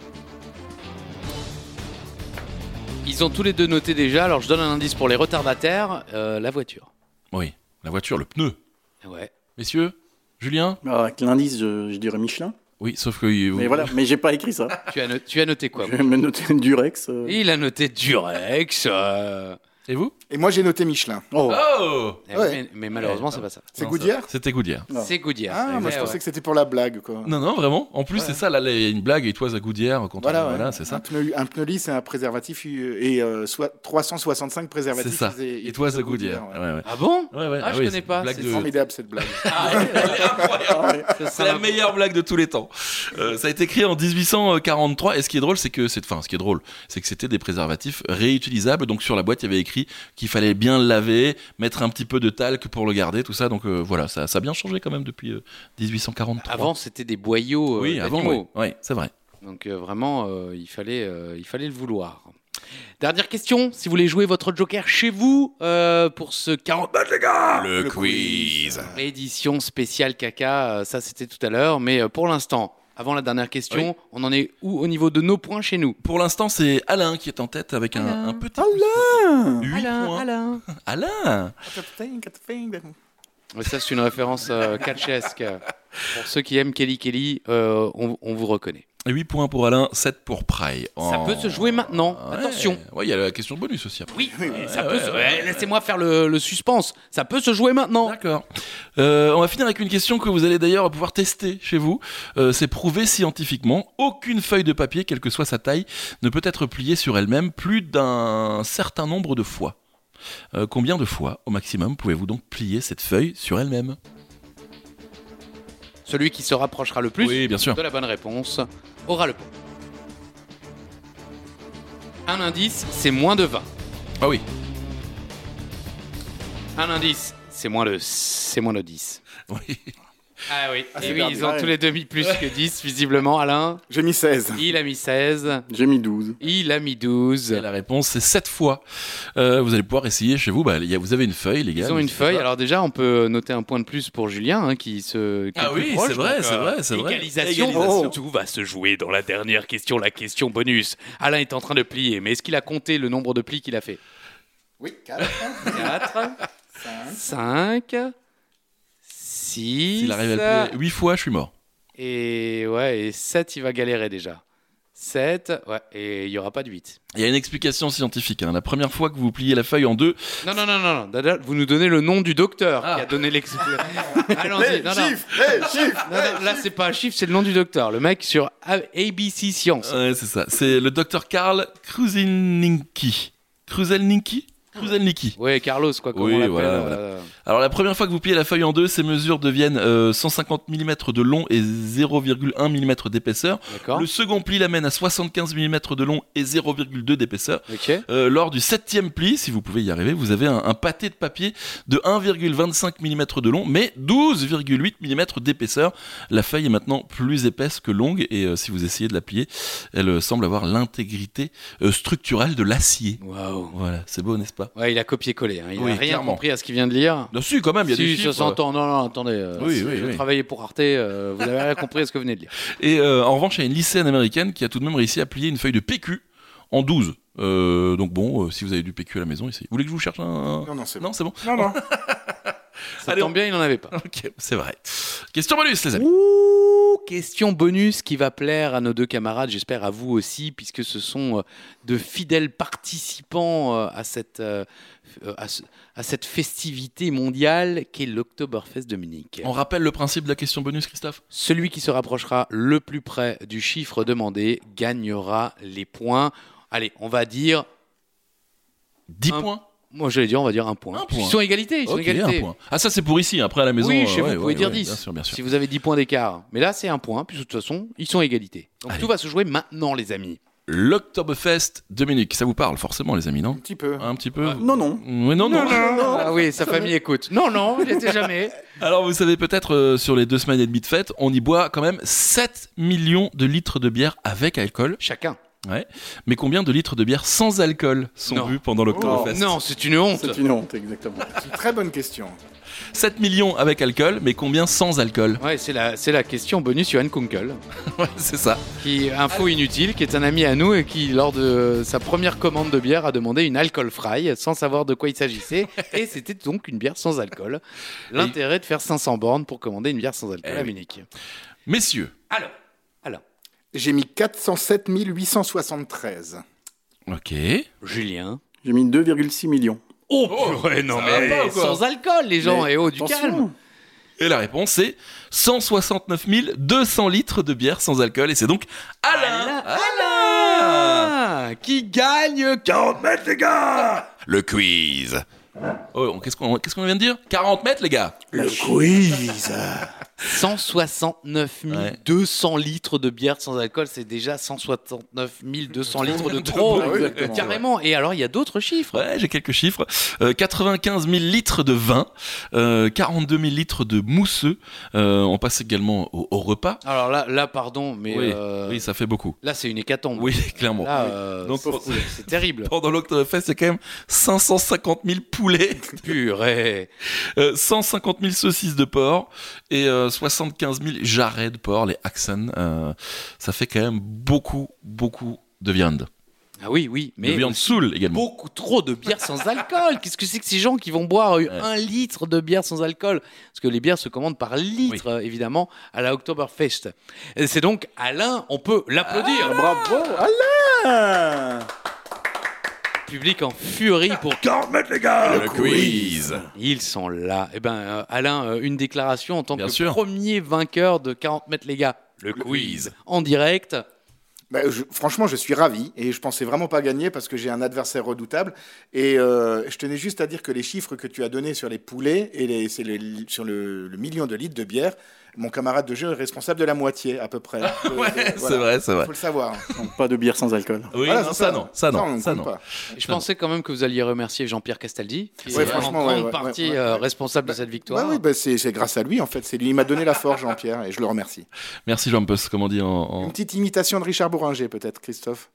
Ils ont tous les deux noté déjà, alors je donne un indice pour les retardataires, la voiture. Oui, la voiture, le pneu. Ouais. Messieurs, Julien ? Alors, avec l'indice, je dirais Michelin. Oui, sauf que... Mais voilà, mais j'ai pas écrit ça. Tu as noté quoi Je vais me noter Durex. Il a noté Durex. Et vous ? Et moi, j'ai noté Michelin. Oh. Oh ! Mais malheureusement, c'est pas ça. C'est Non, Goodyear C'était Goodyear. Non. C'est Goodyear. Ah, moi, je pensais que c'était pour la blague, quoi. Non, non, vraiment. En plus, c'est ça, là, il y a une blague, it was a Goodyear. Voilà, ouais. c'est ça. Un pneu lisse, c'est un préservatif et 365 préservatifs. C'est ça. It was a Goodyear. ouais. Ouais, ouais. Ah bon Ouais, ouais. Ah, je oui, connais c'est pas, une blague c'est de- Formidable, cette blague. Incroyable. C'est la meilleure blague de tous les temps. Ça a été créé en 1843 et ce qui est drôle, c'est que c'est que c'était des préservatifs réutilisables. Donc sur la boîte, il y avait écrit qu'il fallait bien le laver, mettre un petit peu de talc pour le garder, tout ça. Donc voilà, ça a bien changé quand même depuis 1843. Avant, c'était des boyaux oui, avant, oui. d'animaux. Oui, c'est vrai. Donc vraiment, il fallait le vouloir. Dernière question, si vous voulez jouer votre Joker chez vous pour ce 40 les gars, Le quiz. édition spéciale caca, ça c'était tout à l'heure, mais pour l'instant, avant la dernière question, on en est où au niveau de nos points chez nous? Pour l'instant, c'est Alain qui est en tête avec un petit Alain 8 points. Alain. Ouais, ça c'est une référence catchesque. Pour ceux qui aiment Kelly, on vous reconnaît. 8 points pour Alain, 7 pour Pry. Ça peut se jouer maintenant, Ouais. attention. Ouais, il y a la question de bonus aussi après. Oui, ça peut se... ouais, laissez-moi faire le suspense. Ça peut se jouer maintenant. D'accord. On va finir avec une question que vous allez d'ailleurs pouvoir tester chez vous. C'est prouvé scientifiquement. Aucune feuille de papier, quelle que soit sa taille, ne peut être pliée sur elle-même plus d'un certain nombre de fois. Combien de fois, au maximum, pouvez-vous donc plier cette feuille sur elle-même ? Celui qui se rapprochera le plus Oui, bien sûr. de la bonne réponse aura le point. Un indice, c'est moins de 20. Ah oui. Un indice, c'est moins de 10. Oui. Ah oui, c'est et oui, bien ils ont dit. tous les deux mis plus que 10, visiblement. Alain, J'ai mis 16. il a mis 16, J'ai mis 12. il a mis 12. Et la réponse, c'est 7 fois. Vous allez pouvoir essayer chez vous. Vous avez une feuille, les gars. Ils ont une n'hésitez feuille, pas. alors déjà on peut noter un point de plus pour Julien qui est Ah plus oui, proche, c'est vrai, donc, c'est vrai. Égalisation. Égalisation. Tout va se jouer dans la dernière question, la question bonus. Alain est en train de plier, mais est-ce qu'il a compté le nombre de plis qu'il a fait? Oui, 4. 4, 5, 6. S'il arrive à le plier 8 fois, je suis mort. Et 7, il va galérer déjà. 7, ouais, et il n'y aura pas de 8. Il y a une explication scientifique. La première fois que vous pliez la feuille en deux, Non. Dada, vous nous donnez le nom du docteur qui a donné l'explication. Allons-y. Non. Chiffre. Non, là, c'est pas un chiffre, c'est le nom du docteur. Le mec sur ABC Science. ouais, c'est ça. C'est le docteur Karl Kruzelnicki. Kruzelnicki. Ouais, Carlos, quoi, comme Oui, on l'appelle. voilà. Alors la première fois que vous pliez la feuille en deux, ces mesures deviennent 150 mm de long et 0,1 mm d'épaisseur. D'accord. Le second pli l'amène à 75 mm de long et 0,2 d'épaisseur. Ok. Lors du 7e pli, si vous pouvez y arriver, vous avez un pâté de papier de 1,25 mm de long, mais 12,8 mm d'épaisseur. La feuille est maintenant plus épaisse que longue, et si vous essayez de la plier, elle semble avoir l'intégrité structurelle de l'acier. Waouh. Voilà, c'est beau, n'est-ce pas? Ouais, il a copié-collé. Il Oui, n'a rien clairement. compris à ce qu'il vient de lire. Non, si, quand même, il y a des Si, chiffres. ça s'entend. Non, attendez. Oui, je oui. travaillais pour Arte. Vous n'avez rien compris à ce que vous venez de lire. Et en revanche, il y a une lycéenne américaine qui a tout de même réussi à plier une feuille de PQ en 12. Donc bon, si vous avez du PQ à la maison, essayez. Vous voulez que je vous cherche un... Non, c'est bon. Non, c'est bon. Non. Ça Allez, tombe bien, il n'en avait pas. Ok, c'est vrai. Question bonus, les amis. Ouh, question bonus qui va plaire à nos deux camarades, j'espère à vous aussi, puisque ce sont de fidèles participants à cette festivité mondiale qu'est l'Oktoberfest de Munich. On rappelle le principe de la question bonus, Christophe? Celui qui se rapprochera le plus près du chiffre demandé gagnera les points. Allez, on va dire... 10 Un- points. Moi, j'allais dire, on va dire un point. Un point. Ils sont égalité. Ok, un point. Ah, ça, c'est pour ici. Après, à la maison. Oui, chez vous, ouais, vous pouvez dire ouais, 10. Bien sûr, bien sûr. Si vous avez 10 points d'écart. Mais là, c'est un point. Puis de toute façon, ils sont égalité. Donc Allez. tout va se jouer maintenant, les amis. L'Oktoberfest de Munich. Ça vous parle forcément, les amis, non? Un petit peu. Un petit peu. Non. Oui, non. Ah oui, sa famille écoute. Non, j'y étais jamais. Alors, vous savez peut-être, sur les 2 semaines et demie de fête, on y boit quand même 7 millions de litres de bière avec alcool. Chacun. Ouais. Mais combien de litres de bière sans alcool sont Non. bu pendant l'Oktoberfest? Non, c'est une honte. C'est une honte, exactement. C'est une très bonne question. 7 millions avec alcool, mais combien sans alcool? Ouais, c'est la question bonus Johan Kunkel, Ouais, c'est ça. qui info inutile, qui est un ami à nous et qui, lors de sa première commande de bière, a demandé une alcool fry sans savoir de quoi il s'agissait. Et c'était donc une bière sans alcool. L'intérêt de faire 500 bornes pour commander une bière sans alcool à Munich. Messieurs. Alors. J'ai mis 407 873. Ok. Julien. J'ai mis 2,6 millions. Oh, ouais, non, ça va mais pas, ou quoi sans alcool, les gens, Mais et oh, du attention. calme. Et la réponse c'est 169 200 litres de bière sans alcool. Et c'est donc Alain. Alain qui gagne 40 mètres, les gars! Le quiz. Oh, qu'est-ce qu'on vient de dire? 40 mètres, les gars. Le quiz! 169 200 litres de bière sans alcool, c'est déjà 169 200 litres de trop, Exactement, carrément. Et alors, il y a d'autres chiffres. Ouais, j'ai quelques chiffres. 95 000 litres de vin, 42 000 litres de mousseux. On passe également au repas. Alors là, pardon, mais Oui, ça fait beaucoup. là, c'est une hécatombe. Oui, clairement. Là, Donc, c'est terrible. pendant l'Oktoberfest, c'est quand même 550 000 poulets, Purée. 150 000 saucisses de porc et 75 000 jarrets de porc, les Haxen. Ça fait quand même beaucoup de viande. Ah oui, De mais viande saoule également. beaucoup trop de bière sans alcool. Qu'est-ce que c'est que ces gens qui vont boire 1 litre de bière sans alcool? Parce que les bières se commandent par litre, évidemment, à la Oktoberfest. Et c'est donc Alain, on peut l'applaudir. Bravo, Alain! Public en furie pour 40 mètres, les gars! Le quiz. Ils sont là. Eh ben, Alain, une déclaration en tant Bien que sûr. premier vainqueur de 40 mètres, les gars. Le quiz. En direct. Bah, franchement, je suis ravi et je pensais vraiment pas gagner parce que j'ai un adversaire redoutable. Et je tenais juste à dire que les chiffres que tu as donnés sur les poulets et sur le million de litres de bière, mon camarade de jeu est responsable de la moitié à peu près. C'est vrai. Faut le savoir. Donc, pas de bière sans alcool. Oui, Voilà, non, c'est ça on non. compte pas. Je pensais quand même que vous alliez remercier Jean-Pierre Castaldi, qui Ouais, est en franchement, grande ouais, partie ouais. responsable de cette victoire. Oui, bah, c'est grâce à lui en fait. C'est lui, il m'a donné la force, Jean-Pierre, et je le remercie. Merci Jean-Puss, comme on dit en... Une petite imitation de Richard Bourringer, peut-être, Christophe.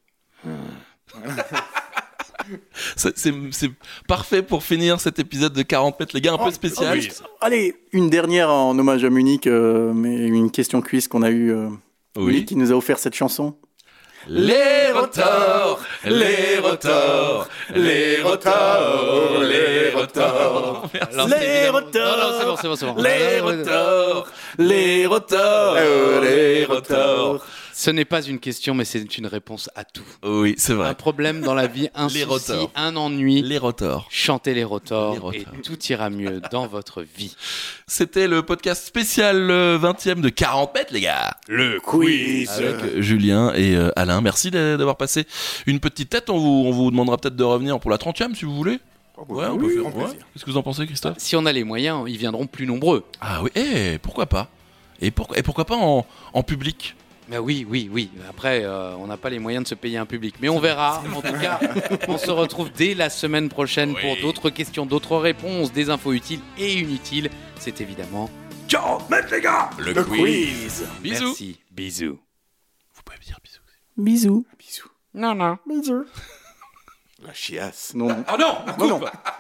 C'est parfait pour finir cet épisode de 40 mètres, les gars, un peu spécial. Allez, une dernière en hommage à Munich, mais une question quiz qu'on a eue. Oui. Munich qui nous a offert cette chanson. Les rotors, les rotors, les rotors, les rotors. Alors, Les c'est évidemment- rotors. Non, non, c'est bon. Les rotors, les rotors, les rotors. Ce n'est pas une question, mais c'est une réponse à tout. Oui, c'est Un vrai. problème dans la vie, un Les souci, rotors. un ennui. Les rotors. Chantez les rotors, Les rotors. et tout ira mieux dans votre vie. C'était le podcast spécial 20e de 40 mètres, les gars. Le Quiz. Avec Julien et Alain. Merci d'avoir passé une petite tête. On vous demandera peut-être de revenir pour la 30e si vous voulez. Ouais, on peut faire. grand Ouais. plaisir. Qu'est-ce que vous en pensez, Christophe? Si on a les moyens, ils viendront plus nombreux. Ah oui, pourquoi pas? Et pourquoi pas en public? Mais oui. Après, on n'a pas les moyens de se payer un public. Mais on verra. En tout cas, on se retrouve dès la semaine prochaine pour d'autres questions, d'autres réponses, des infos utiles et inutiles. C'est évidemment 40 mètres, les gars. Le quiz. Bisous. Merci. Bisous. Vous pouvez me dire bisous. Bisous. Bisous. Non. Bisous. La chiasse. Non. Ah non, Non, non.